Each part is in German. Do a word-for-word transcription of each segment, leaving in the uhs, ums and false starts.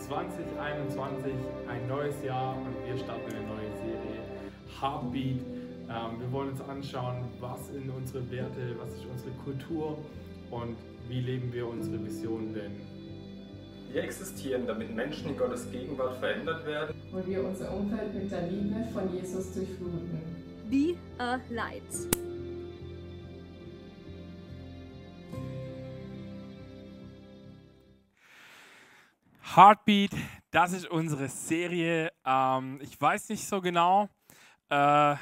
zwanzig einundzwanzig, ein neues Jahr und wir starten eine neue Serie, Heartbeat. Ähm, wir wollen uns anschauen, was sind unsere Werte, was ist unsere Kultur und wie leben wir unsere Vision denn? Wir existieren, damit Menschen in Gottes Gegenwart verändert werden. Und wir unser Umfeld mit der Liebe von Jesus durchfluten. Be a Light. Heartbeat, das ist unsere Serie. Ähm, ich weiß nicht so genau, äh,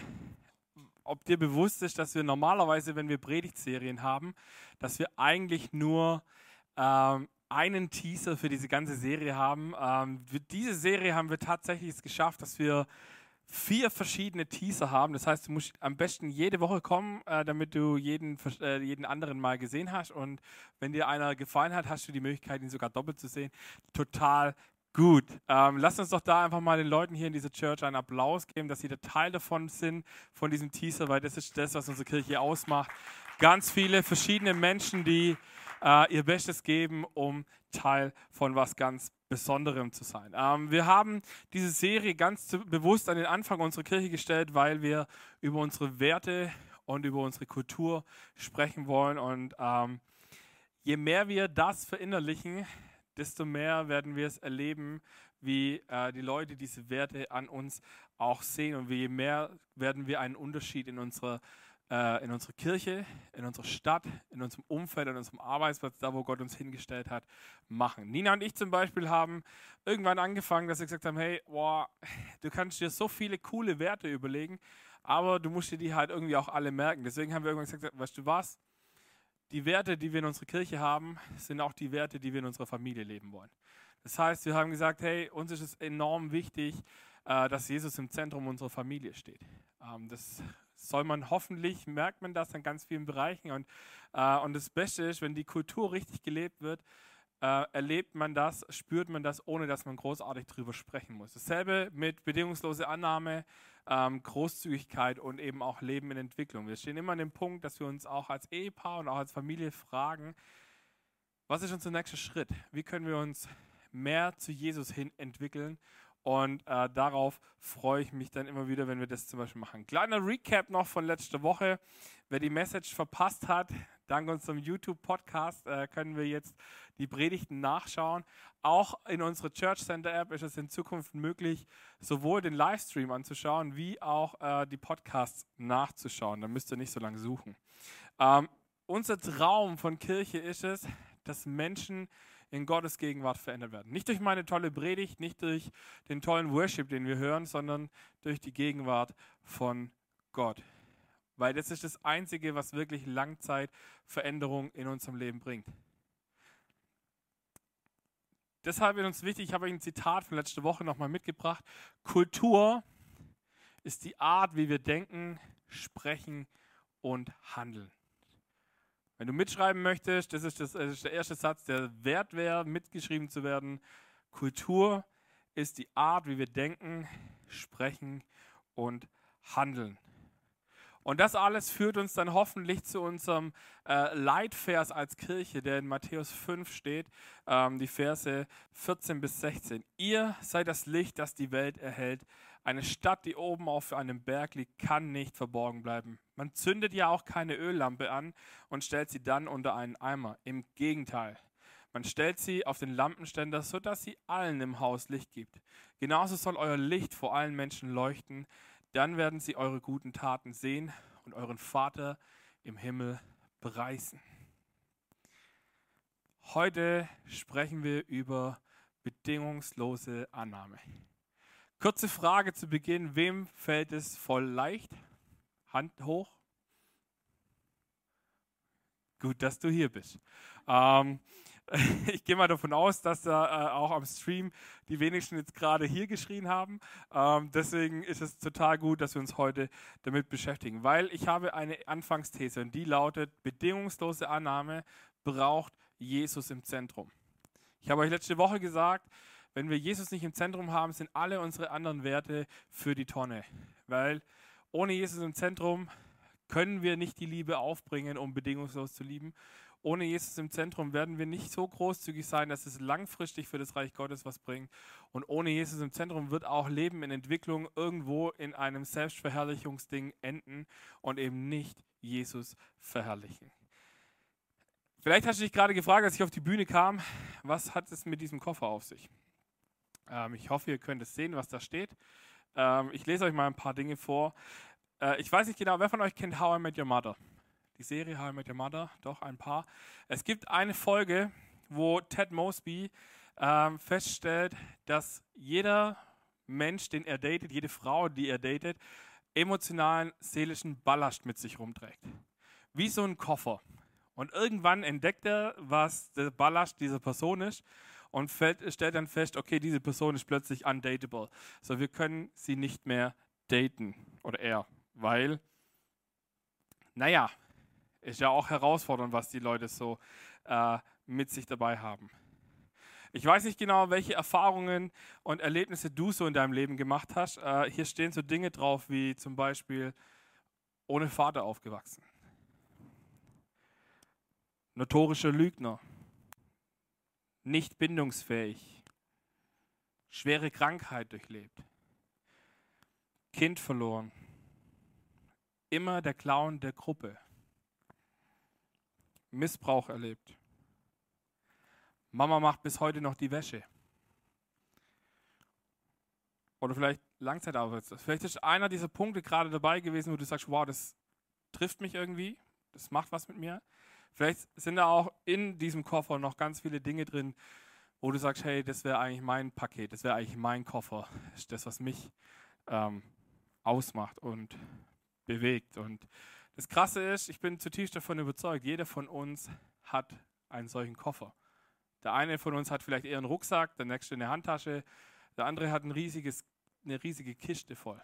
ob dir bewusst ist, dass wir normalerweise, wenn wir Predigtserien haben, dass wir eigentlich nur ähm, einen Teaser für diese ganze Serie haben. Ähm, für diese Serie haben wir tatsächlich es geschafft, dass wir vier verschiedene Teaser haben. Das heißt, du musst am besten jede Woche kommen, äh, damit du jeden, äh, jeden anderen mal gesehen hast. Und wenn dir einer gefallen hat, hast du die Möglichkeit, ihn sogar doppelt zu sehen. Total gut. Ähm, lass uns doch da einfach mal den Leuten hier in dieser Church einen Applaus geben, dass sie der Teil davon sind, von diesem Teaser, weil das ist das, was unsere Kirche ausmacht. Ganz viele verschiedene Menschen, die äh, ihr Bestes geben, um Teil von was ganz Besonderem zu sein. Ähm, wir haben diese Serie ganz zu, bewusst an den Anfang unserer Kirche gestellt, weil wir über unsere Werte und über unsere Kultur sprechen wollen. Und ähm, je mehr wir das verinnerlichen, desto mehr werden wir es erleben, wie äh, die Leute diese Werte an uns auch sehen. Und je mehr werden wir einen Unterschied in unserer in unserer Kirche, in unserer Stadt, in unserem Umfeld, in unserem Arbeitsplatz, da wo Gott uns hingestellt hat, machen. Nina und ich zum Beispiel haben irgendwann angefangen, dass wir gesagt haben, hey, boah, du kannst dir so viele coole Werte überlegen, aber du musst dir die halt irgendwie auch alle merken. Deswegen haben wir irgendwann gesagt, weißt du was, die Werte, die wir in unserer Kirche haben, sind auch die Werte, die wir in unserer Familie leben wollen. Das heißt, wir haben gesagt, hey, uns ist es enorm wichtig, dass Jesus im Zentrum unserer Familie steht. Das soll man hoffentlich, merkt man das in ganz vielen Bereichen. Und, äh, und das Beste ist, wenn die Kultur richtig gelebt wird, äh, erlebt man das, spürt man das, ohne dass man großartig drüber sprechen muss. Dasselbe mit bedingungsloser Annahme, ähm, Großzügigkeit und eben auch Leben in Entwicklung. Wir stehen immer an dem Punkt, dass wir uns auch als Ehepaar und auch als Familie fragen, was ist unser nächster Schritt? Wie können wir uns mehr zu Jesus hin entwickeln? Und äh, darauf freue ich mich dann immer wieder, wenn wir das zum Beispiel machen. Kleiner Recap noch von letzter Woche. Wer die Message verpasst hat, dank unserem YouTube-Podcast äh, können wir jetzt die Predigten nachschauen. Auch in unserer Church Center App ist es in Zukunft möglich, sowohl den Livestream anzuschauen, wie auch äh, die Podcasts nachzuschauen. Da müsst ihr nicht so lange suchen. Ähm, unser Traum von Kirche ist es, dass Menschen in Gottes Gegenwart verändert werden. Nicht durch meine tolle Predigt, nicht durch den tollen Worship, den wir hören, sondern durch die Gegenwart von Gott. Weil das ist das Einzige, was wirklich Langzeitveränderung in unserem Leben bringt. Deshalb ist uns wichtig, ich habe euch ein Zitat von letzter Woche nochmal mitgebracht. Kultur ist die Art, wie wir denken, sprechen und handeln. Wenn du mitschreiben möchtest, das ist, das, das ist der erste Satz, der wert wäre, mitgeschrieben zu werden. Kultur ist die Art, wie wir denken, sprechen und handeln. Und das alles führt uns dann hoffentlich zu unserem äh, Leitvers als Kirche, der in Matthäus fünf steht, ähm, die Verse vierzehn bis sechzehn. Ihr seid das Licht, das die Welt erhellt. Eine Stadt, die oben auf einem Berg liegt, kann nicht verborgen bleiben. Man zündet ja auch keine Öllampe an und stellt sie dann unter einen Eimer. Im Gegenteil, man stellt sie auf den Lampenständer, sodass sie allen im Haus Licht gibt. Genauso soll euer Licht vor allen Menschen leuchten. Dann werden sie eure guten Taten sehen und euren Vater im Himmel preisen. Heute sprechen wir über bedingungslose Annahme. Kurze Frage zu Beginn, wem fällt es voll leicht? Hand hoch. Gut, dass du hier bist. Ähm, ich gehe mal davon aus, dass da äh, auch am Stream die wenigsten jetzt gerade hier geschrien haben. Ähm, deswegen ist es total gut, dass wir uns heute damit beschäftigen, weil ich habe eine Anfangsthese und die lautet, bedingungslose Annahme braucht Jesus im Zentrum. Ich habe euch letzte Woche gesagt, wenn wir Jesus nicht im Zentrum haben, sind alle unsere anderen Werte für die Tonne. Weil ohne Jesus im Zentrum können wir nicht die Liebe aufbringen, um bedingungslos zu lieben. ohne Jesus im Zentrum werden wir nicht so großzügig sein, dass es langfristig für das Reich Gottes was bringt. Und ohne Jesus im Zentrum wird auch Leben in Entwicklung irgendwo in einem Selbstverherrlichungsding enden und eben nicht Jesus verherrlichen. Vielleicht hast du dich gerade gefragt, als ich auf die Bühne kam, was hat es mit diesem Koffer auf sich? Ähm, ich hoffe, ihr könnt es sehen, was da steht. Ähm, ich lese euch mal ein paar Dinge vor. Äh, ich weiß nicht genau, wer von euch kennt How I Met Your Mother? Die Serie How I Met Your Mother, doch ein paar. Es gibt eine Folge, wo Ted Mosby ähm, feststellt, dass jeder Mensch, den er datet, jede Frau, die er datet, emotionalen, seelischen Ballast mit sich rumträgt. Wie so ein Koffer. Und irgendwann entdeckt er, was der Ballast dieser Person ist und fällt, stellt dann fest, okay, diese Person ist plötzlich undateable. So, wir können sie nicht mehr daten, oder er, weil, naja, ist ja auch herausfordernd, was die Leute so äh, mit sich dabei haben. Ich weiß nicht genau, welche Erfahrungen und Erlebnisse du so in deinem Leben gemacht hast. Äh, hier stehen so Dinge drauf, wie zum Beispiel ohne Vater aufgewachsen. Notorischer Lügner. Nicht bindungsfähig. Schwere Krankheit durchlebt. Kind verloren. Immer der Clown der Gruppe. Missbrauch erlebt. Mama macht bis heute noch die Wäsche. Oder vielleicht Langzeitarbeitslos. Vielleicht ist einer dieser Punkte gerade dabei gewesen, wo du sagst, wow, das trifft mich irgendwie, das macht was mit mir. Vielleicht sind da auch in diesem Koffer noch ganz viele Dinge drin, wo du sagst, hey, das wäre eigentlich mein Paket, das wäre eigentlich mein Koffer. Das ist das, was mich ähm, ausmacht und bewegt. Und das Krasse ist, ich bin zutiefst davon überzeugt, jeder von uns hat einen solchen Koffer. Der eine von uns hat vielleicht eher einen Rucksack, der nächste eine Handtasche, der andere hat ein riesiges, eine riesige Kiste voll.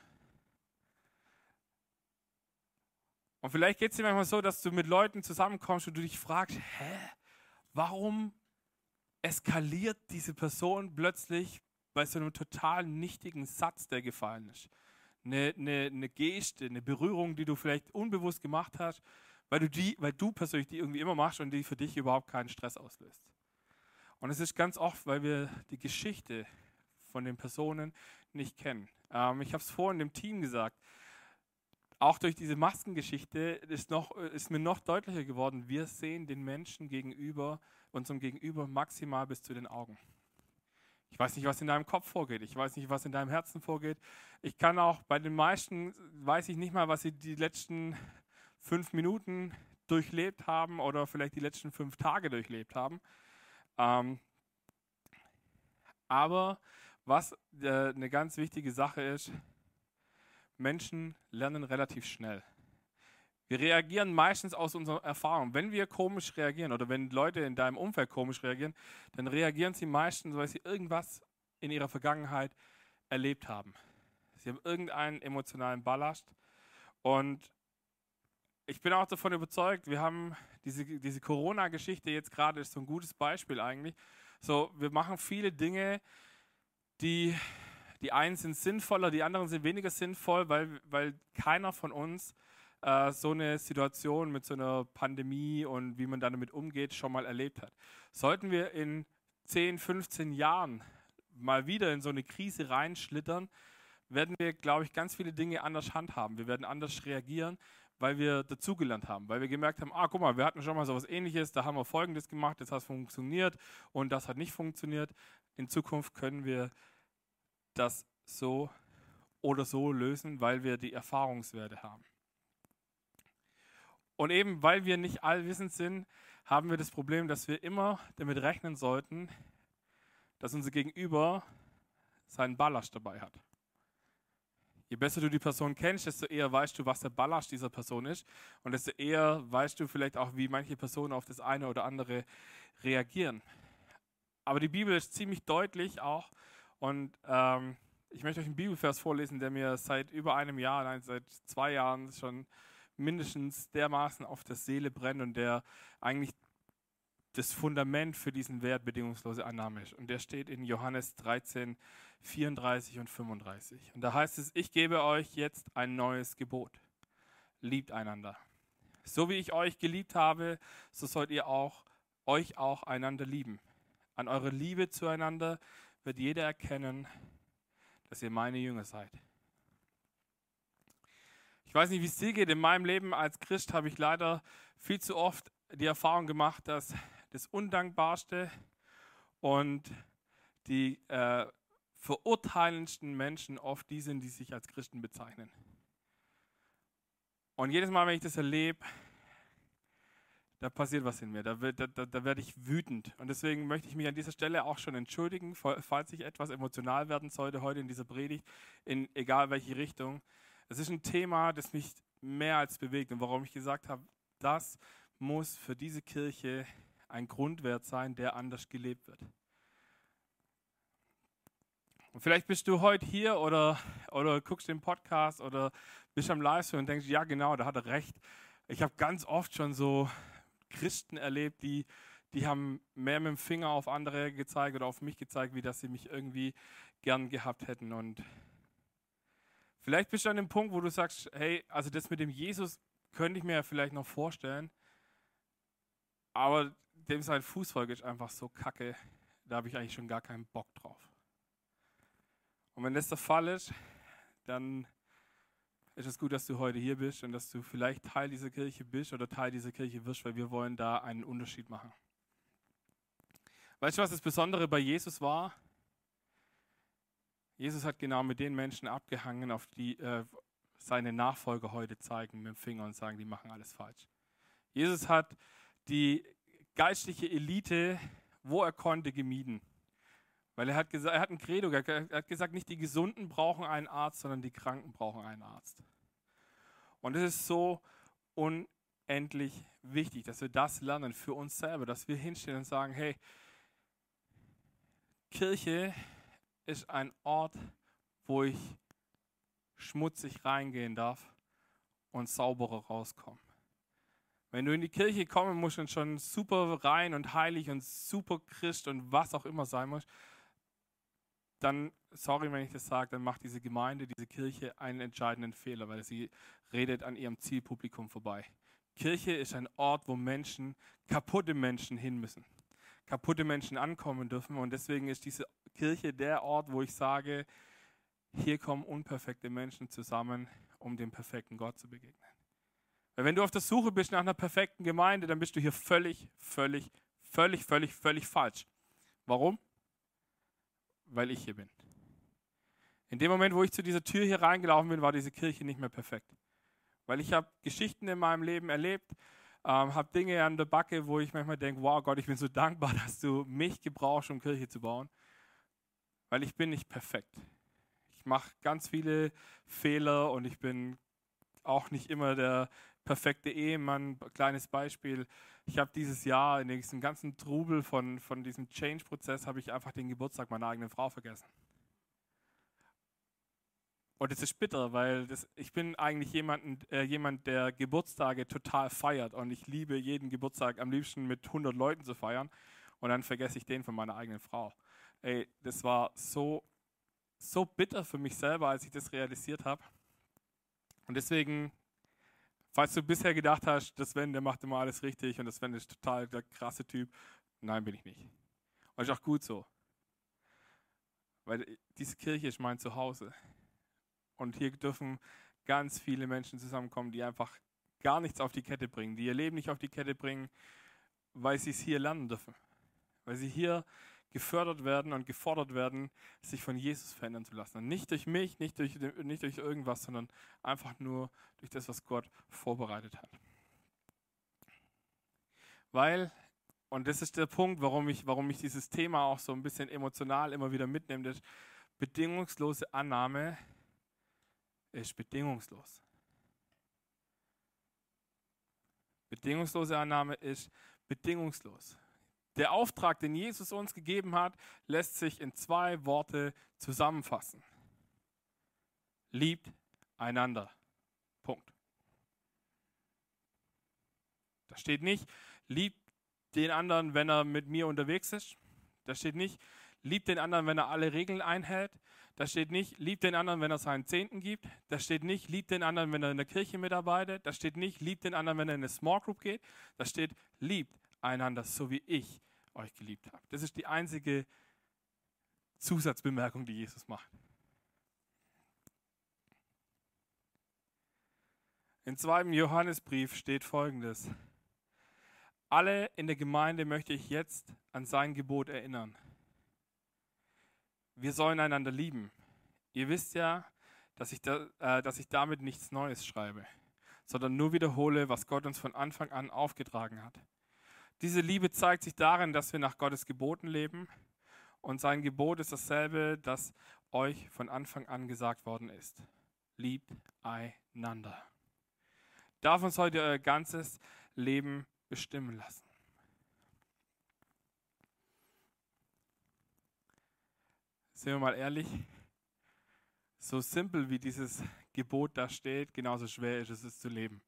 Und vielleicht geht es dir manchmal so, dass du mit Leuten zusammenkommst und du dich fragst, hä, warum eskaliert diese Person plötzlich bei so einem total nichtigen Satz, der gefallen ist? Eine, eine, eine Geste, eine Berührung, die du vielleicht unbewusst gemacht hast, weil du, die, weil du persönlich die irgendwie immer machst und die für dich überhaupt keinen Stress auslöst. Und es ist ganz oft, weil wir die Geschichte von den Personen nicht kennen. Ähm, ich habe es vorhin dem Team gesagt, auch durch diese Maskengeschichte ist, noch, ist mir noch deutlicher geworden, wir sehen den Menschen gegenüber, unserem Gegenüber maximal bis zu den Augen. Ich weiß nicht, was in deinem Kopf vorgeht. Ich weiß nicht, was in deinem Herzen vorgeht. Ich kann auch, bei den meisten weiß ich nicht mal, was sie die letzten fünf Minuten durchlebt haben oder vielleicht die letzten fünf Tage durchlebt haben. Ähm, aber was äh, eine ganz wichtige Sache ist, Menschen lernen relativ schnell. Wir reagieren meistens aus unserer Erfahrung. Wenn wir komisch reagieren oder wenn Leute in deinem Umfeld komisch reagieren, dann reagieren sie meistens, weil sie irgendwas in ihrer Vergangenheit erlebt haben. Sie haben irgendeinen emotionalen Ballast. Und ich bin auch davon überzeugt, wir haben diese, diese Corona-Geschichte jetzt gerade, ist so ein gutes Beispiel eigentlich. So, wir machen viele Dinge, die, die einen sind sinnvoller, die anderen sind weniger sinnvoll, weil, weil keiner von uns äh, so eine Situation mit so einer Pandemie und wie man damit umgeht, schon mal erlebt hat. Sollten wir in zehn, fünfzehn Jahren mal wieder in so eine Krise reinschlittern, werden wir, glaube ich, ganz viele Dinge anders handhaben. Wir werden anders reagieren, weil wir dazugelernt haben, weil wir gemerkt haben, ah, guck mal, wir hatten schon mal so etwas Ähnliches, da haben wir Folgendes gemacht, das hat funktioniert und das hat nicht funktioniert. In Zukunft können wir das so oder so lösen, weil wir die Erfahrungswerte haben. Und eben, weil wir nicht allwissend sind, haben wir das Problem, dass wir immer damit rechnen sollten, dass unser Gegenüber seinen Ballast dabei hat. Je besser du die Person kennst, desto eher weißt du, was der Ballast dieser Person ist und desto eher weißt du vielleicht auch, wie manche Personen auf das eine oder andere reagieren. Aber die Bibel ist ziemlich deutlich auch und ähm, ich möchte euch einen Bibelvers vorlesen, der mir seit über einem Jahr, nein, seit zwei Jahren schon mindestens dermaßen auf der Seele brennt und der eigentlich das Fundament für diesen Wert bedingungslose Annahme ist. Und der steht in Johannes dreizehn, vierunddreißig und fünfunddreißig. Und da heißt es, ich gebe euch jetzt ein neues Gebot. Liebt einander. So wie ich euch geliebt habe, so sollt ihr auch euch auch einander lieben. An eurer Liebe zueinander wird jeder erkennen, dass ihr meine Jünger seid. Ich weiß nicht, wie es dir geht. In meinem Leben als Christ habe ich leider viel zu oft die Erfahrung gemacht, dass das Undankbarste und die äh, verurteilendsten Menschen oft die sind, die sich als Christen bezeichnen. Und jedes Mal, wenn ich das erlebe, da passiert was in mir, da, da, da, da werde ich wütend. Und deswegen möchte ich mich an dieser Stelle auch schon entschuldigen, falls ich etwas emotional werden sollte heute in dieser Predigt, in egal welche Richtung. Es ist ein Thema, das mich mehr als bewegt und warum ich gesagt habe, das muss für diese Kirche ein Grundwert sein, der anders gelebt wird. Und vielleicht bist du heute hier oder, oder guckst den Podcast oder bist am Livestream und denkst, ja genau, da hat er recht. Ich habe ganz oft schon so Christen erlebt, die, die haben mehr mit dem Finger auf andere gezeigt oder auf mich gezeigt, wie dass sie mich irgendwie gern gehabt hätten. Und vielleicht bist du an dem Punkt, wo du sagst, hey, also das mit dem Jesus könnte ich mir ja vielleicht noch vorstellen, aber dem sein Fußvolk ist einfach so kacke, da habe ich eigentlich schon gar keinen Bock drauf. Und wenn das der Fall ist, dann ist es gut, dass du heute hier bist und dass du vielleicht Teil dieser Kirche bist oder Teil dieser Kirche wirst, weil wir wollen da einen Unterschied machen. Weißt du, was das Besondere bei Jesus war? Jesus hat genau mit den Menschen abgehangen, auf die äh, seine Nachfolger heute zeigen mit dem Finger und sagen, die machen alles falsch. Jesus hat die geistliche Elite, wo er konnte, gemieden. Weil er hat, gesagt, er hat ein Credo, er hat gesagt, nicht die Gesunden brauchen einen Arzt, sondern die Kranken brauchen einen Arzt. Und es ist so unendlich wichtig, dass wir das lernen für uns selber, dass wir hinstellen und sagen, hey, Kirche ist ein Ort, wo ich schmutzig reingehen darf und sauberer rauskommen. Wenn du in die Kirche kommen musst und schon super rein und heilig und super Christ und was auch immer sein musst, dann, sorry, wenn ich das sage, dann macht diese Gemeinde, diese Kirche einen entscheidenden Fehler, weil sie redet an ihrem Zielpublikum vorbei. Kirche ist ein Ort, wo Menschen, kaputte Menschen hin müssen, kaputte Menschen ankommen dürfen und deswegen ist diese Kirche der Ort, wo ich sage, hier kommen unperfekte Menschen zusammen, um dem perfekten Gott zu begegnen. Weil wenn du auf der Suche bist nach einer perfekten Gemeinde, dann bist du hier völlig, völlig, völlig, völlig, völlig falsch. Warum? Weil ich hier bin. In dem Moment, wo ich zu dieser Tür hier reingelaufen bin, war diese Kirche nicht mehr perfekt. Weil ich habe Geschichten in meinem Leben erlebt, ähm, habe Dinge an der Backe, wo ich manchmal denke, wow Gott, ich bin so dankbar, dass du mich gebrauchst, um Kirche zu bauen. Weil ich bin nicht perfekt. Ich mache ganz viele Fehler und ich bin auch nicht immer der perfekte Ehemann. Kleines Beispiel, ich habe dieses Jahr in diesem ganzen Trubel von, von diesem Change-Prozess habe ich einfach den Geburtstag meiner eigenen Frau vergessen. Und es ist bitter, weil das, ich bin eigentlich jemand, äh, jemand, der Geburtstage total feiert und ich liebe jeden Geburtstag am liebsten mit hundert Leuten zu feiern und dann vergesse ich den von meiner eigenen Frau. Ey, das war so, so bitter für mich selber, als ich das realisiert habe. Und deswegen, falls du bisher gedacht hast, das Sven, der macht immer alles richtig und das Sven ist total der krasse Typ, nein, bin ich nicht. Und ist auch gut so. Weil diese Kirche ist mein Zuhause. Und hier dürfen ganz viele Menschen zusammenkommen, die einfach gar nichts auf die Kette bringen, die ihr Leben nicht auf die Kette bringen, weil sie es hier lernen dürfen. Weil sie hier gefördert werden und gefordert werden, sich von Jesus verändern zu lassen. Und nicht durch mich, nicht durch, nicht durch irgendwas, sondern einfach nur durch das, was Gott vorbereitet hat. Weil, und das ist der Punkt, warum ich, warum mich dieses Thema auch so ein bisschen emotional immer wieder mitnimmt, ist, bedingungslose Annahme ist bedingungslos. Bedingungslose Annahme ist bedingungslos. Der Auftrag, den Jesus uns gegeben hat, lässt sich in zwei Worte zusammenfassen. Liebt einander. Punkt. Da steht nicht, liebt den anderen, wenn er mit mir unterwegs ist. Da steht nicht, liebt den anderen, wenn er alle Regeln einhält. Da steht nicht, liebt den anderen, wenn er seinen Zehnten gibt. Da steht nicht, liebt den anderen, wenn er in der Kirche mitarbeitet. Da steht nicht, liebt den anderen, wenn er in eine Small Group geht. Da steht, liebt einander, so wie ich euch geliebt habe. Das ist die einzige Zusatzbemerkung, die Jesus macht. Im zweiten Johannesbrief steht Folgendes. Alle in der Gemeinde möchte ich jetzt an sein Gebot erinnern. Wir sollen einander lieben. Ihr wisst ja, dass ich, da, äh, dass ich damit nichts Neues schreibe, sondern nur wiederhole, was Gott uns von Anfang an aufgetragen hat. Diese Liebe zeigt sich darin, dass wir nach Gottes Geboten leben und sein Gebot ist dasselbe, das euch von Anfang an gesagt worden ist. Liebt einander. Darf uns heute euer ganzes Leben bestimmen lassen. Sind wir mal ehrlich, so simpel wie dieses Gebot da steht, genauso schwer ist es, es zu leben.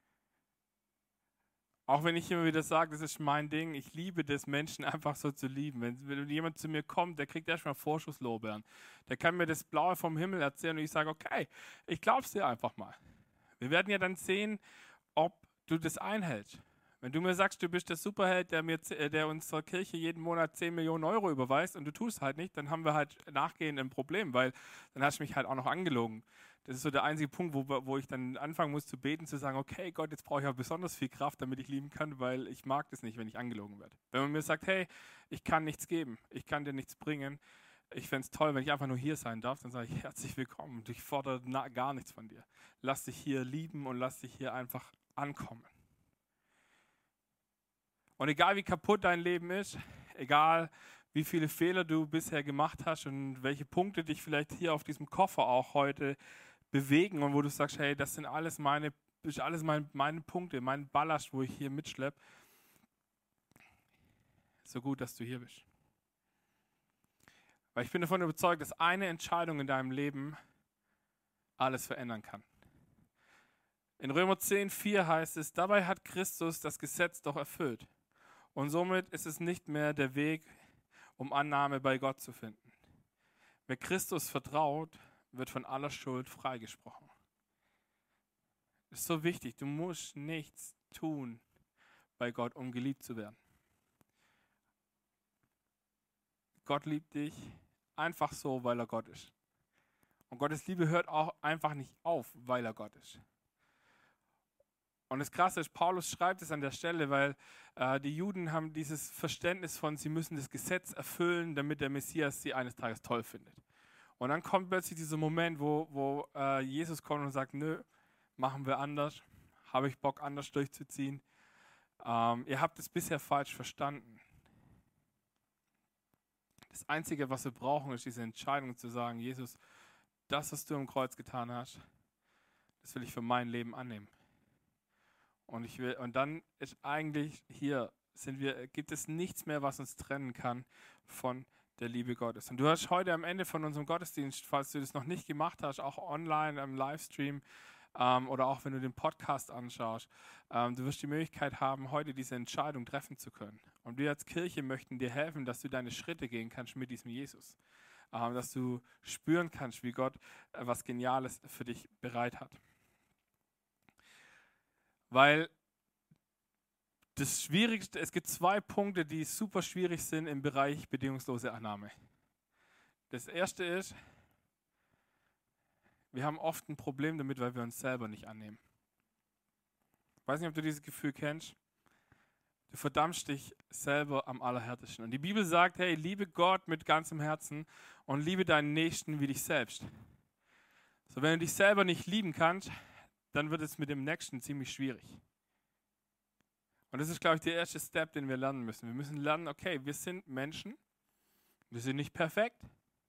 Auch wenn ich immer wieder sage, das ist mein Ding, ich liebe das, Menschen einfach so zu lieben. Wenn, wenn jemand zu mir kommt, der kriegt erstmal Vorschusslorbeeren. Der kann mir das Blaue vom Himmel erzählen und ich sage, okay, ich glaub's dir einfach mal. Wir werden ja dann sehen, ob du das einhältst. Wenn du mir sagst, du bist der Superheld, der, mir, der unserer Kirche jeden Monat zehn Millionen Euro überweist und du tust halt nicht, dann haben wir halt nachgehend ein Problem, weil dann hast du mich halt auch noch angelogen. Das ist so der einzige Punkt, wo, wo ich dann anfangen muss zu beten, zu sagen, okay Gott, jetzt brauche ich auch besonders viel Kraft, damit ich lieben kann, weil ich mag das nicht, wenn ich angelogen werde. Wenn man mir sagt, hey, ich kann nichts geben, ich kann dir nichts bringen, ich fände es toll, wenn ich einfach nur hier sein darf, dann sage ich herzlich willkommen und ich fordere na, gar nichts von dir. Lass dich hier lieben und lass dich hier einfach ankommen. Und egal wie kaputt dein Leben ist, egal wie viele Fehler du bisher gemacht hast und welche Punkte dich vielleicht hier auf diesem Koffer auch heute bewegen und wo du sagst, hey, das sind alles meine, ist alles mein, meine Punkte, mein Ballast, wo ich hier mitschleppe. So gut, dass du hier bist. Weil ich bin davon überzeugt, dass eine Entscheidung in deinem Leben alles verändern kann. In Römer zehn, vier heißt es, dabei hat Christus das Gesetz doch erfüllt. Und somit ist es nicht mehr der Weg, um Annahme bei Gott zu finden. Wer Christus vertraut, wird von aller Schuld freigesprochen. Das ist so wichtig. Du musst nichts tun bei Gott, um geliebt zu werden. Gott liebt dich einfach so, weil er Gott ist. Und Gottes Liebe hört auch einfach nicht auf, weil er Gott ist. Und das Krasse ist, Paulus schreibt es an der Stelle, weil äh, die Juden haben dieses Verständnis von, sie müssen das Gesetz erfüllen, damit der Messias sie eines Tages toll findet. Und dann kommt plötzlich dieser Moment, wo, wo äh, Jesus kommt und sagt, nö, machen wir anders, habe ich Bock anders durchzuziehen. Ähm, ihr habt es bisher falsch verstanden. Das Einzige, was wir brauchen, ist diese Entscheidung zu sagen, Jesus, das, was du am Kreuz getan hast, das will ich für mein Leben annehmen. Und, ich will, und dann ist eigentlich hier, sind wir, gibt es nichts mehr, was uns trennen kann von der Liebe Gottes. Und du hast heute am Ende von unserem Gottesdienst, falls du das noch nicht gemacht hast, auch online am Livestream ähm, oder auch wenn du den Podcast anschaust, ähm, du wirst die Möglichkeit haben, heute diese Entscheidung treffen zu können. Und wir als Kirche möchten dir helfen, dass du deine Schritte gehen kannst mit diesem Jesus. Ähm, dass du spüren kannst, wie Gott äh, was Geniales für dich bereit hat. Weil das Schwierigste, es gibt zwei Punkte, die super schwierig sind im Bereich bedingungslose Annahme. Das erste ist, wir haben oft ein Problem damit, weil wir uns selber nicht annehmen. Ich weiß nicht, ob du dieses Gefühl kennst. Du verdammst dich selber am allerhärtesten. Und die Bibel sagt, hey, liebe Gott mit ganzem Herzen und liebe deinen Nächsten wie dich selbst. So, wenn du dich selber nicht lieben kannst, dann wird es mit dem Nächsten ziemlich schwierig. Und das ist, glaube ich, der erste Step, den wir lernen müssen. Wir müssen lernen, okay, wir sind Menschen, wir sind nicht perfekt,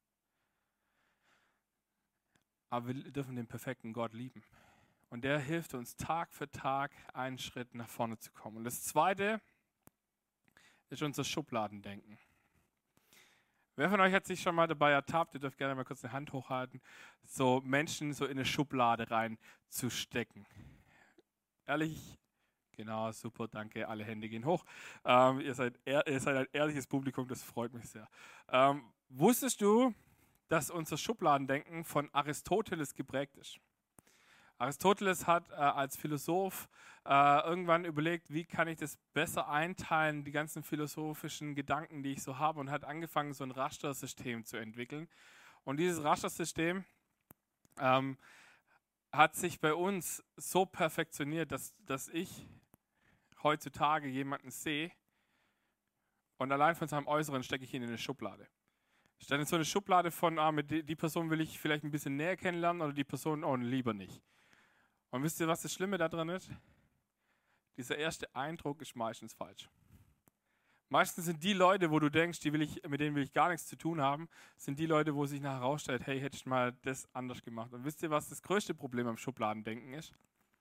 aber wir dürfen den perfekten Gott lieben. Und der hilft uns Tag für Tag einen Schritt nach vorne zu kommen. Und das Zweite ist unser Schubladendenken. Wer von euch hat sich schon mal dabei ertappt, ihr dürft gerne mal kurz eine Hand hochhalten, so Menschen so in eine Schublade reinzustecken? Ehrlich, Genau, super, danke. Alle Hände gehen hoch. Ähm, ihr, seid ehr, ihr seid ein ehrliches Publikum, das freut mich sehr. Ähm, wusstest du, dass unser Schubladendenken von Aristoteles geprägt ist? Aristoteles hat äh, als Philosoph äh, irgendwann überlegt, wie kann ich das besser einteilen, die ganzen philosophischen Gedanken, die ich so habe, und hat angefangen, so ein Rastersystem zu entwickeln. Und dieses Rastersystem ähm, hat sich bei uns so perfektioniert, dass, dass ich heutzutage jemanden sehe und allein von seinem Äußeren stecke ich ihn in eine Schublade. Ich stelle in so eine Schublade von, ah, mit die, die Person will ich vielleicht ein bisschen näher kennenlernen oder die Person, oh, lieber nicht. Und wisst ihr, was das Schlimme da drin ist? Dieser erste Eindruck ist meistens falsch. Meistens sind die Leute, wo du denkst, die will ich, mit denen will ich gar nichts zu tun haben, sind die Leute, wo sich nachher herausstellt, hey, hätte ich mal das anders gemacht. Und wisst ihr, was das größte Problem am Schubladendenken ist?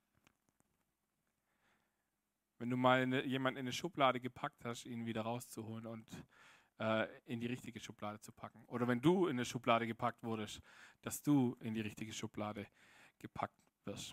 Wenn du mal eine, jemanden in eine Schublade gepackt hast, ihn wieder rauszuholen und äh, in die richtige Schublade zu packen. Oder wenn du in eine Schublade gepackt wurdest, dass du in die richtige Schublade gepackt wirst.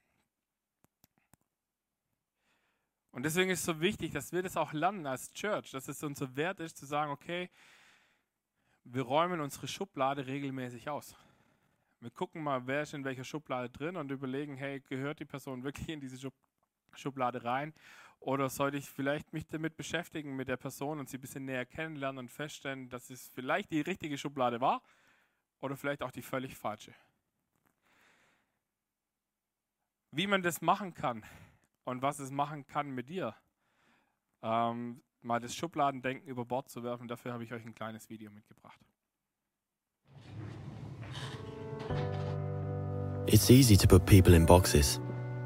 Und deswegen ist es so wichtig, dass wir das auch lernen als Church, dass es unser Wert ist, zu sagen, okay, wir räumen unsere Schublade regelmäßig aus. Wir gucken mal, wer ist in welcher Schublade drin und überlegen, hey, gehört die Person wirklich in diese Schub- Schublade rein? Oder sollte ich vielleicht mich damit beschäftigen, mit der Person und sie ein bisschen näher kennenlernen und feststellen, dass es vielleicht die richtige Schublade war oder vielleicht auch die völlig falsche. Wie man das machen kann und was es machen kann mit dir, ähm, mal das Schubladendenken über Bord zu werfen, dafür habe ich euch ein kleines Video mitgebracht. It's easy to put people in boxes.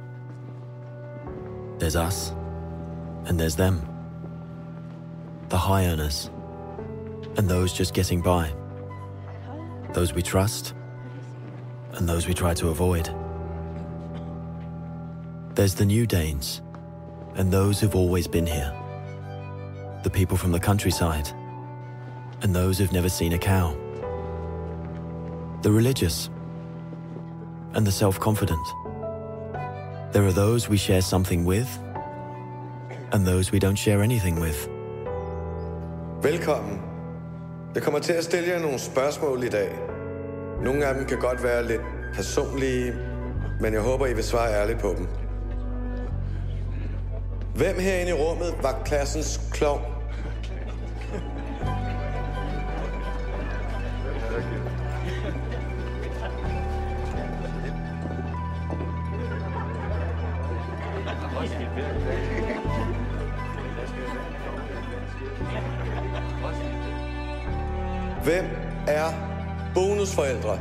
There's us, and there's them. The high earners, and those just getting by. Those we trust, and those we try to avoid. There's the new Danes, and those who've always been here. The people from the countryside, and those who've never seen a cow. The religious, and the self-confident. There are those we share something with, and those we don't share anything with. Velkommen. Jeg kommer til at stille jer nogle spørgsmål i dag. Nogle af dem kan godt være lidt personlige, men jeg håber, I vil svare ærligt på dem. Hvem herinde i rummet var klassens klovn? Hvem er bonusforældre?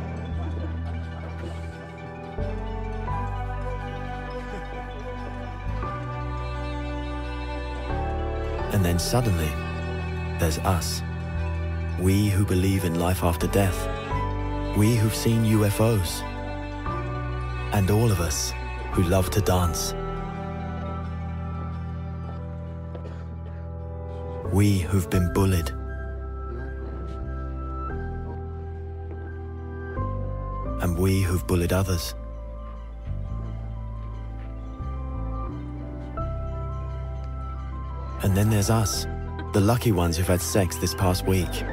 And then suddenly, there's us. We who believe in life after death. We who've seen U F Os. And all of us who love to dance. We who've been bullied. And we who've bullied others. And then there's us, the lucky ones who've had sex this past week.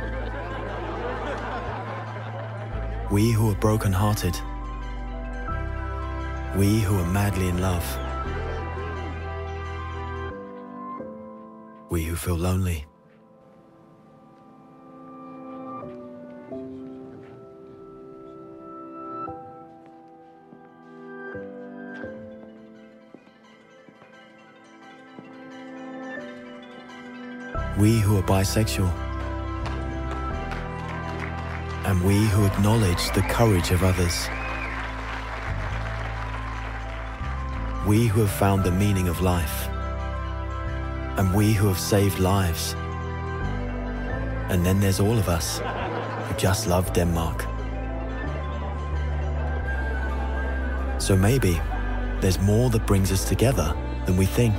We who are broken-hearted. We who are madly in love. We who feel lonely. We who are bisexual. And we who acknowledge the courage of others. We who have found the meaning of life. And we who have saved lives. And then there's all of us who just love Denmark. So maybe there's more that brings us together than we think.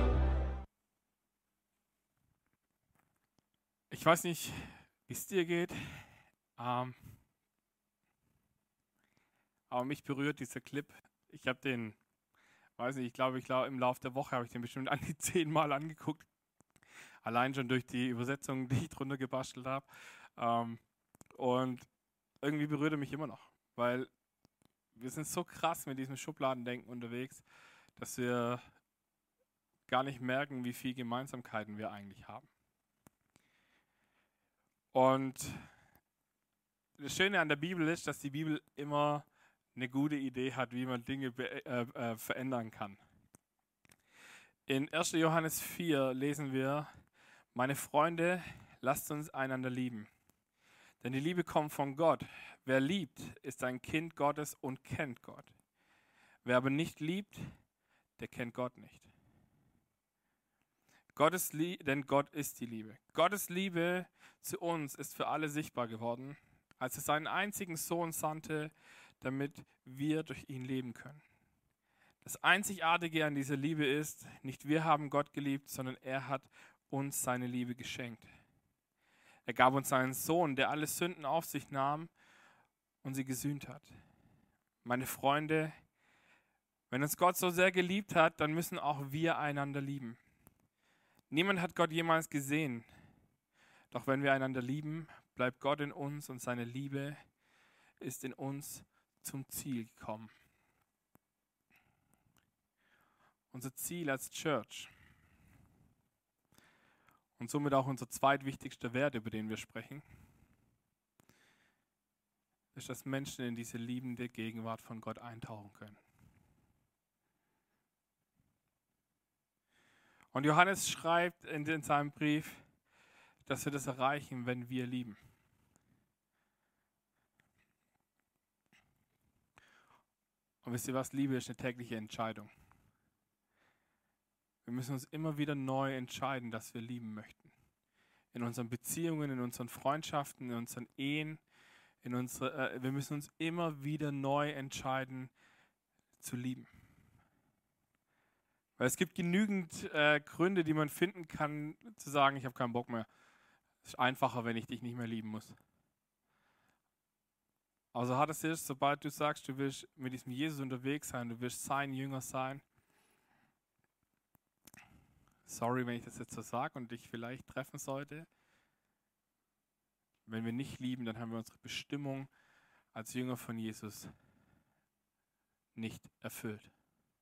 Ich weiß nicht, wie es dir geht, ähm, aber mich berührt dieser Clip. Ich habe den weiß nicht, ich glaube, ich glaube, im Laufe der Woche habe ich den bestimmt an die zehnmal angeguckt. Allein schon durch die Übersetzung, die ich drunter gebastelt habe. Ähm, und irgendwie berührt er mich immer noch, weil wir sind so krass mit diesem Schubladendenken unterwegs, dass wir gar nicht merken, wie viele Gemeinsamkeiten wir eigentlich haben. Und das Schöne an der Bibel ist, dass die Bibel immer eine gute Idee hat, wie man Dinge be- äh, äh, verändern kann. In erster Johannes vier lesen wir: Meine Freunde, lasst uns einander lieben. Denn die Liebe kommt von Gott. Wer liebt, ist ein Kind Gottes und kennt Gott. Wer aber nicht liebt, der kennt Gott nicht. Gottes Lie- denn Gott ist die Liebe. Gottes Liebe zu uns ist für alle sichtbar geworden, als er seinen einzigen Sohn sandte, damit wir durch ihn leben können. Das Einzigartige an dieser Liebe ist, nicht wir haben Gott geliebt, sondern er hat uns seine Liebe geschenkt. Er gab uns seinen Sohn, der alle Sünden auf sich nahm und sie gesühnt hat. Meine Freunde, wenn uns Gott so sehr geliebt hat, dann müssen auch wir einander lieben. Niemand hat Gott jemals gesehen. Doch wenn wir einander lieben, bleibt Gott in uns und seine Liebe ist in uns zum Ziel gekommen. Unser Ziel als Church und somit auch unser zweitwichtigster Wert, über den wir sprechen, ist, dass Menschen in diese liebende Gegenwart von Gott eintauchen können. Und Johannes schreibt in, in seinem Brief, dass wir das erreichen, wenn wir lieben. Und wisst ihr was? Liebe ist eine tägliche Entscheidung. Wir müssen uns immer wieder neu entscheiden, dass wir lieben möchten. In unseren Beziehungen, in unseren Freundschaften, in unseren Ehen. In unsere, äh, wir müssen uns immer wieder neu entscheiden, zu lieben. Weil es gibt genügend äh, Gründe, die man finden kann, zu sagen, ich habe keinen Bock mehr. Es ist einfacher, wenn ich dich nicht mehr lieben muss. Also hart es ist, sobald du sagst, du willst mit diesem Jesus unterwegs sein, du willst sein Jünger sein. Sorry, wenn ich das jetzt so sage und dich vielleicht treffen sollte. Wenn wir nicht lieben, dann haben wir unsere Bestimmung als Jünger von Jesus nicht erfüllt.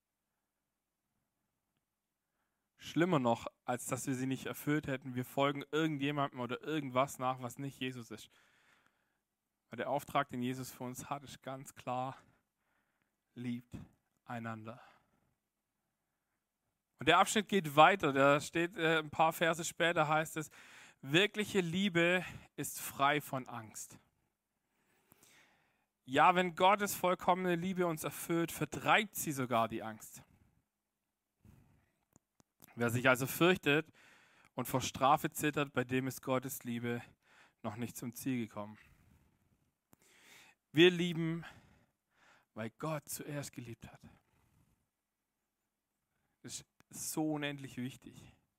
Schlimmer noch, als dass wir sie nicht erfüllt hätten, wir folgen irgendjemandem oder irgendwas nach, was nicht Jesus ist. Weil der Auftrag, den Jesus für uns hat, ist ganz klar: liebt einander. Und der Abschnitt geht weiter, da steht äh, ein paar Verse später, heißt es: Wirkliche Liebe ist frei von Angst. Ja, wenn Gottes vollkommene Liebe uns erfüllt, vertreibt sie sogar die Angst. Wer sich also fürchtet und vor Strafe zittert, bei dem ist Gottes Liebe noch nicht zum Ziel gekommen. Wir lieben, weil Gott zuerst geliebt hat. Das ist so unendlich wichtig.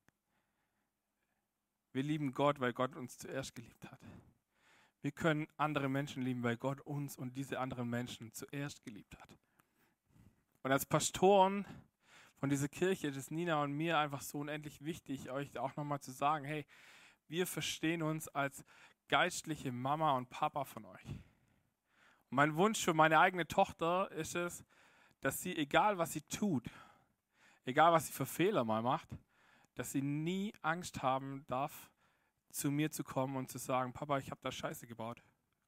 Wir lieben Gott, weil Gott uns zuerst geliebt hat. Wir können andere Menschen lieben, weil Gott uns und diese anderen Menschen zuerst geliebt hat. Und als Pastoren von dieser Kirche, das ist Nina und mir einfach so unendlich wichtig, euch auch nochmal zu sagen, hey, wir verstehen uns als geistliche Mama und Papa von euch. Und mein Wunsch für meine eigene Tochter ist es, dass sie, egal was sie tut, egal was sie für Fehler mal macht, dass sie nie Angst haben darf, zu mir zu kommen und zu sagen, Papa, ich habe da Scheiße gebaut.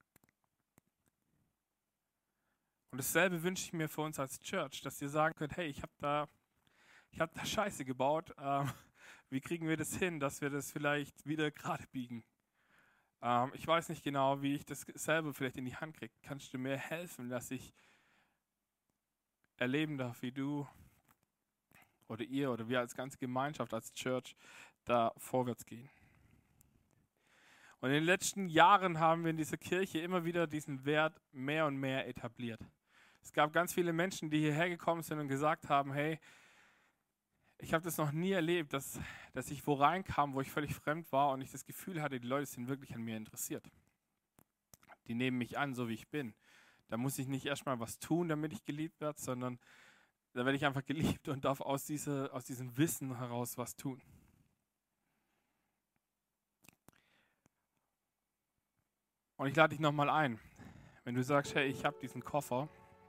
Und dasselbe wünsche ich mir für uns als Church, dass ihr sagen könnt, hey, ich habe da, ich habe da Scheiße gebaut. Ähm, wie kriegen wir das hin, dass wir das vielleicht wieder gerade biegen? Ähm, ich weiß nicht genau, wie ich das selber vielleicht in die Hand kriege. Kannst du mir helfen, dass ich erleben darf, wie du oder ihr oder wir als ganze Gemeinschaft, als Church da vorwärts gehen? Und in den letzten Jahren haben wir in dieser Kirche immer wieder diesen Wert mehr und mehr etabliert. Es gab ganz viele Menschen, die hierher gekommen sind und gesagt haben, hey, ich habe das noch nie erlebt, dass, dass ich wo reinkam, wo ich völlig fremd war und ich das Gefühl hatte, die Leute sind wirklich an mir interessiert. Die nehmen mich an, so wie ich bin. Da muss ich nicht erstmal was tun, damit ich geliebt werde, sondern da werde ich einfach geliebt und darf aus, diese, aus diesem Wissen heraus was tun. Und ich lade dich nochmal ein, wenn du sagst, hey, ich habe diesen Koffer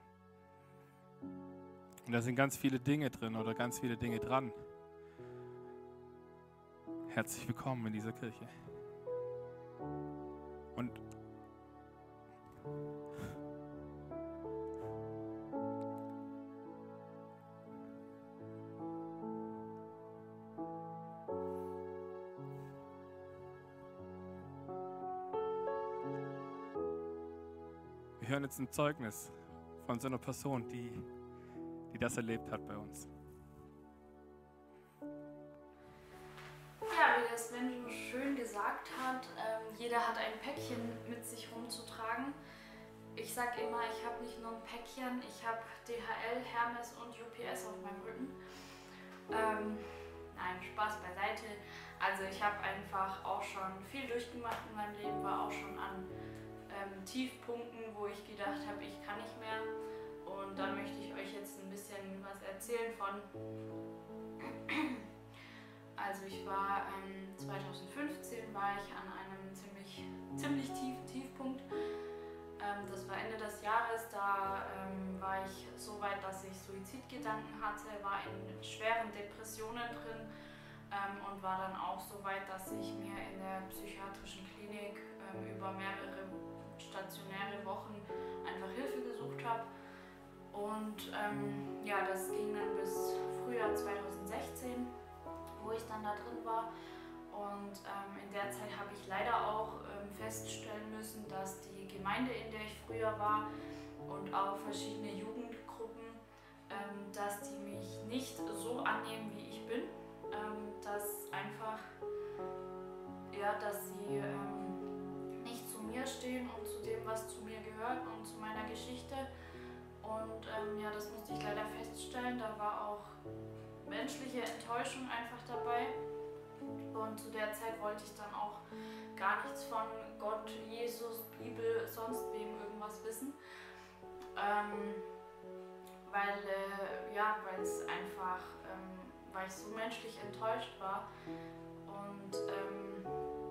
und da sind ganz viele Dinge drin oder ganz viele Dinge dran. Herzlich willkommen in dieser Kirche. Und wir hören jetzt ein Zeugnis von so einer Person, die, die das erlebt hat bei uns. Ja, wie das Sven so schön gesagt hat, ähm, jeder hat ein Päckchen mit sich rumzutragen. Ich sag immer, ich habe nicht nur ein Päckchen, ich habe D H L, Hermes und U P S auf meinem Rücken. Ähm, nein, Spaß beiseite. Also ich habe einfach auch schon viel durchgemacht in meinem Leben, war auch schon an ähm, Tiefpunkten, wo ich gedacht habe, ich kann nicht mehr. Und da möchte ich euch jetzt ein bisschen was erzählen von. Also ich war ähm, zweitausendfünfzehn war ich an einem ziemlich, ziemlich tiefen Tiefpunkt. Ähm, das war Ende des Jahres, da ähm, war ich so weit, dass ich Suizidgedanken hatte, war in schweren Depressionen drin ähm, und war dann auch so weit, dass ich mir in der psychiatrischen Klinik ähm, über mehrere stationäre Wochen einfach Hilfe gesucht habe. Und ähm, ja, das ging dann bis Frühjahr zweitausendsechzehn, wo ich dann da drin war. Und ähm, in der Zeit habe ich leider auch ähm, feststellen müssen, dass die Gemeinde, in der ich früher war, und auch verschiedene Jugendgruppen, ähm, dass die mich nicht so annehmen, wie ich bin. Ähm, dass einfach, ja, dass sie ähm, nicht zu mir stehen und zu dem, was zu mir gehört und zu meiner Geschichte. Und ähm, ja, das musste ich leider feststellen. Da war auch menschliche Enttäuschung einfach dabei. Und zu der Zeit wollte ich dann auch gar nichts von Gott, Jesus, Bibel, sonst wem irgendwas wissen. Ähm, weil äh, ja, weil es einfach, ähm, weil ich so menschlich enttäuscht war. Und ähm,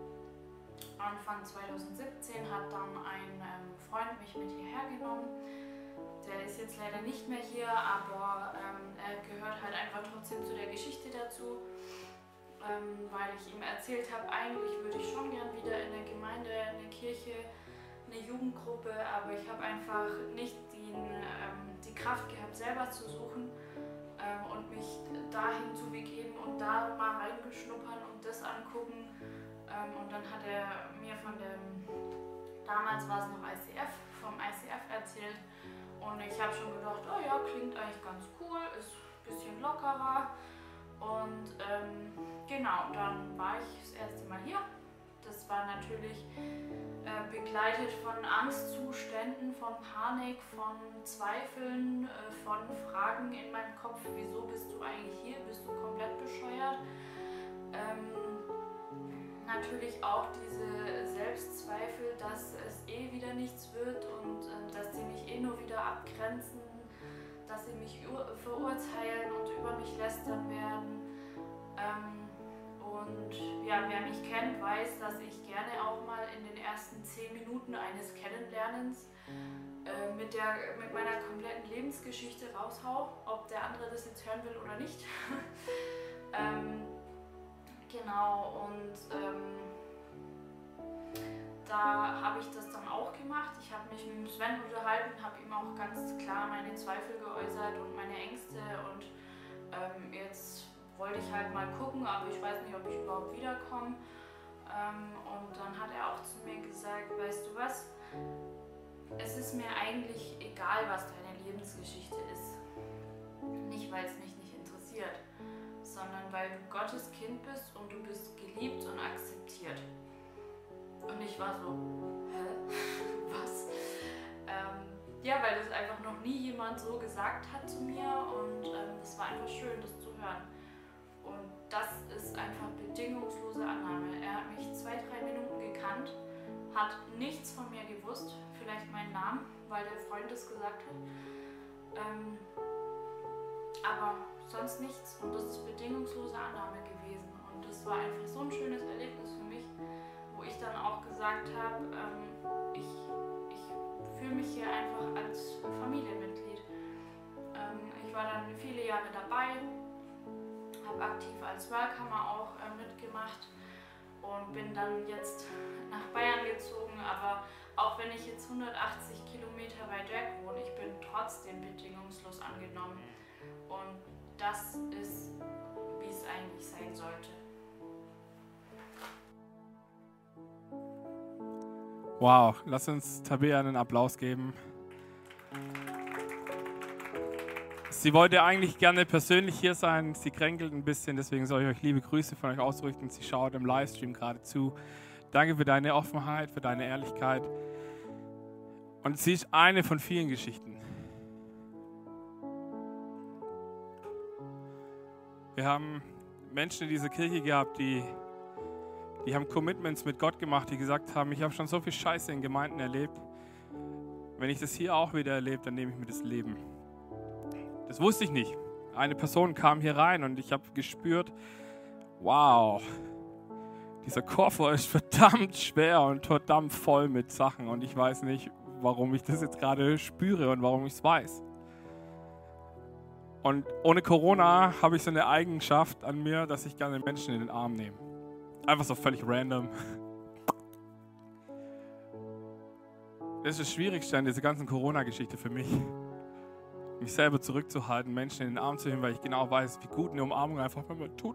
Anfang zweitausendsiebzehn hat dann ein ähm, Freund mich mit hierher genommen. Der ist jetzt leider nicht mehr hier, aber ähm, er gehört halt einfach trotzdem zu der Geschichte dazu. Ähm, weil ich ihm erzählt habe, eigentlich würde ich schon gern wieder in der Gemeinde, in der Kirche, eine Jugendgruppe, aber ich habe einfach nicht die, ähm, die Kraft gehabt, selber zu suchen ähm, und mich dahin zu begeben und da mal reingeschnuppern und das angucken. Ähm, und dann hat er mir von dem, damals war es noch I C F, vom I C F erzählt und ich habe schon gedacht, oh ja, klingt eigentlich ganz cool, ist ein bisschen lockerer. Und ähm, genau, dann war ich das erste Mal hier. Das war natürlich äh, begleitet von Angstzuständen, von Panik, von Zweifeln, äh, von Fragen in meinem Kopf, wieso bist du eigentlich hier, bist du komplett bescheuert? Ähm, natürlich auch diese Selbstzweifel, dass es eh wieder nichts wird und äh, dass sie mich eh nur wieder abgrenzen, dass sie mich verurteilen und über mich lästern werden. Ähm, und ja, wer mich kennt, weiß, dass ich gerne auch mal in den ersten zehn Minuten eines Kennenlernens äh, mit, der, mit meiner kompletten Lebensgeschichte raushau, ob der andere das jetzt hören will oder nicht. ähm, genau, und ähm, da habe ich das dann auch gemacht. Ich habe mich mit Sven unterhalten, habe ihm auch ganz klar meine Zweifel geäußert und meine Ängste und ähm, jetzt wollte ich halt mal gucken, aber ich weiß nicht, ob ich überhaupt wiederkomme. Ähm, und dann hat er auch zu mir gesagt, weißt du was, es ist mir eigentlich egal, was deine Lebensgeschichte ist. Nicht, weil es mich nicht interessiert, sondern weil du Gottes Kind bist und du bist geliebt und akzeptiert. Und ich war so, hä? Was? Ähm, ja, weil das einfach noch nie jemand so gesagt hat zu mir und ähm, es war einfach schön, das zu hören. Und das ist einfach bedingungslose Annahme. Er hat mich zwei, drei Minuten gekannt, hat nichts von mir gewusst, vielleicht meinen Namen, weil der Freund es gesagt hat. Ähm, aber sonst nichts. Und das ist bedingungslose Annahme gewesen. Und das war einfach so ein schönes Erlebnis für mich, wo ich dann auch gesagt habe, ähm, ich, ich fühle mich hier einfach als Familienmitglied. Ähm, ich war dann viele Jahre dabei, habe aktiv als Welcomer auch äh, mitgemacht und bin dann jetzt nach Bayern gezogen, aber auch wenn ich jetzt hundertachtzig Kilometer weit weg wohne, ich bin trotzdem bedingungslos angenommen. Und das ist, wie es eigentlich sein sollte. Wow, lass uns Tabea einen Applaus geben. Sie wollte eigentlich gerne persönlich hier sein, sie kränkelt ein bisschen, deswegen soll ich euch liebe Grüße von euch ausrichten. Sie schaut im Livestream gerade zu. Danke für deine Offenheit, für deine Ehrlichkeit. Und sie ist eine von vielen Geschichten. Wir haben Menschen in dieser Kirche gehabt, die, die haben Commitments mit Gott gemacht, die gesagt haben, ich habe schon so viel Scheiße in Gemeinden erlebt. Wenn ich das hier auch wieder erlebe, dann nehme ich mir das Leben. Das wusste ich nicht. Eine Person kam hier rein und ich habe gespürt, wow, dieser Koffer ist verdammt schwer und verdammt voll mit Sachen und ich weiß nicht, warum ich das jetzt gerade spüre und warum ich es weiß. Und ohne Corona habe ich so eine Eigenschaft an mir, dass ich gerne Menschen in den Arm nehme. Einfach so völlig random. Das ist das Schwierigste an dieser ganzen Corona-Geschichte für mich. Mich selber zurückzuhalten, Menschen in den Arm zu nehmen, weil ich genau weiß, wie gut eine Umarmung einfach mal tut.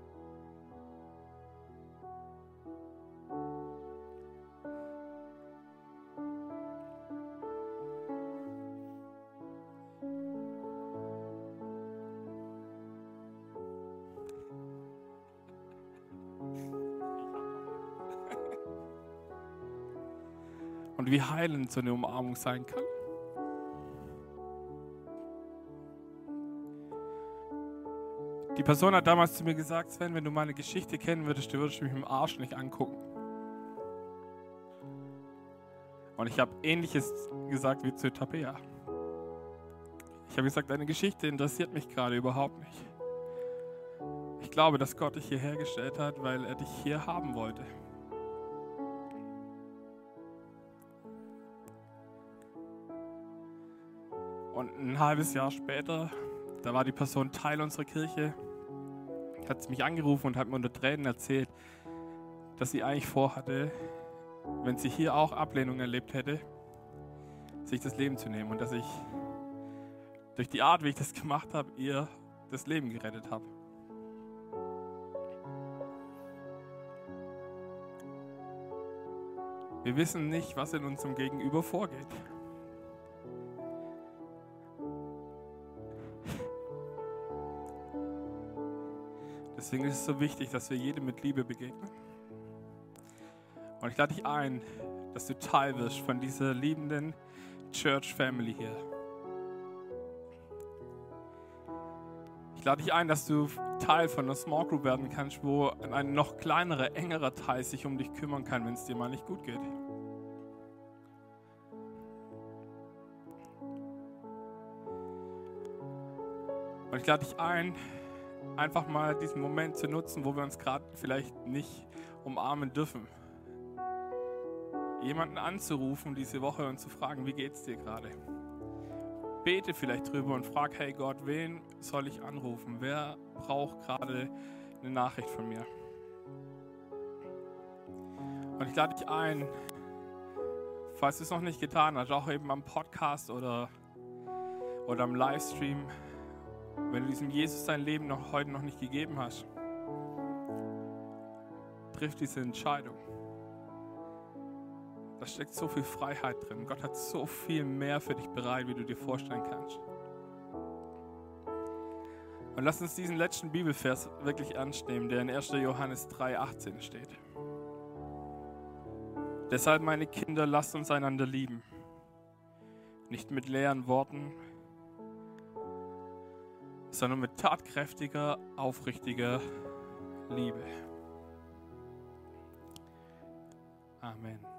Und wie heilend so eine Umarmung sein kann. Die Person hat damals zu mir gesagt, Sven, wenn du meine Geschichte kennen würdest, du würdest mich im Arsch nicht angucken. Und ich habe Ähnliches gesagt wie zu Tabea. Ich habe gesagt, deine Geschichte interessiert mich gerade überhaupt nicht. Ich glaube, dass Gott dich hierher gestellt hat, weil er dich hier haben wollte. Und ein halbes Jahr später, da war die Person Teil unserer Kirche, hat sie mich angerufen und hat mir unter Tränen erzählt, dass sie eigentlich vorhatte, wenn sie hier auch Ablehnung erlebt hätte, sich das Leben zu nehmen und dass ich durch die Art, wie ich das gemacht habe, ihr das Leben gerettet habe. Wir wissen nicht, was in unserem Gegenüber vorgeht. Deswegen ist es so wichtig, dass wir jedem mit Liebe begegnen. Und ich lade dich ein, dass du Teil wirst von dieser liebenden Church Family hier. Ich lade dich ein, dass du Teil von einer Small Group werden kannst, wo ein noch kleinerer, engerer Teil sich um dich kümmern kann, wenn es dir mal nicht gut geht. Und ich lade dich ein, einfach mal diesen Moment zu nutzen, wo wir uns gerade vielleicht nicht umarmen dürfen. Jemanden anzurufen diese Woche und zu fragen, wie geht's dir gerade? Bete vielleicht drüber und frag, hey Gott, wen soll ich anrufen? Wer braucht gerade eine Nachricht von mir? Und ich lade dich ein, falls du es noch nicht getan hast, auch eben am Podcast oder, oder am Livestream, wenn du diesem Jesus dein Leben noch heute noch nicht gegeben hast, triff diese Entscheidung. Da steckt so viel Freiheit drin. Gott hat so viel mehr für dich bereit, wie du dir vorstellen kannst. Und lass uns diesen letzten Bibelvers wirklich ernst nehmen, der in erster Johannes drei achtzehn steht. Deshalb, meine Kinder, lasst uns einander lieben. Nicht mit leeren Worten, sondern mit tatkräftiger, aufrichtiger Liebe. Amen.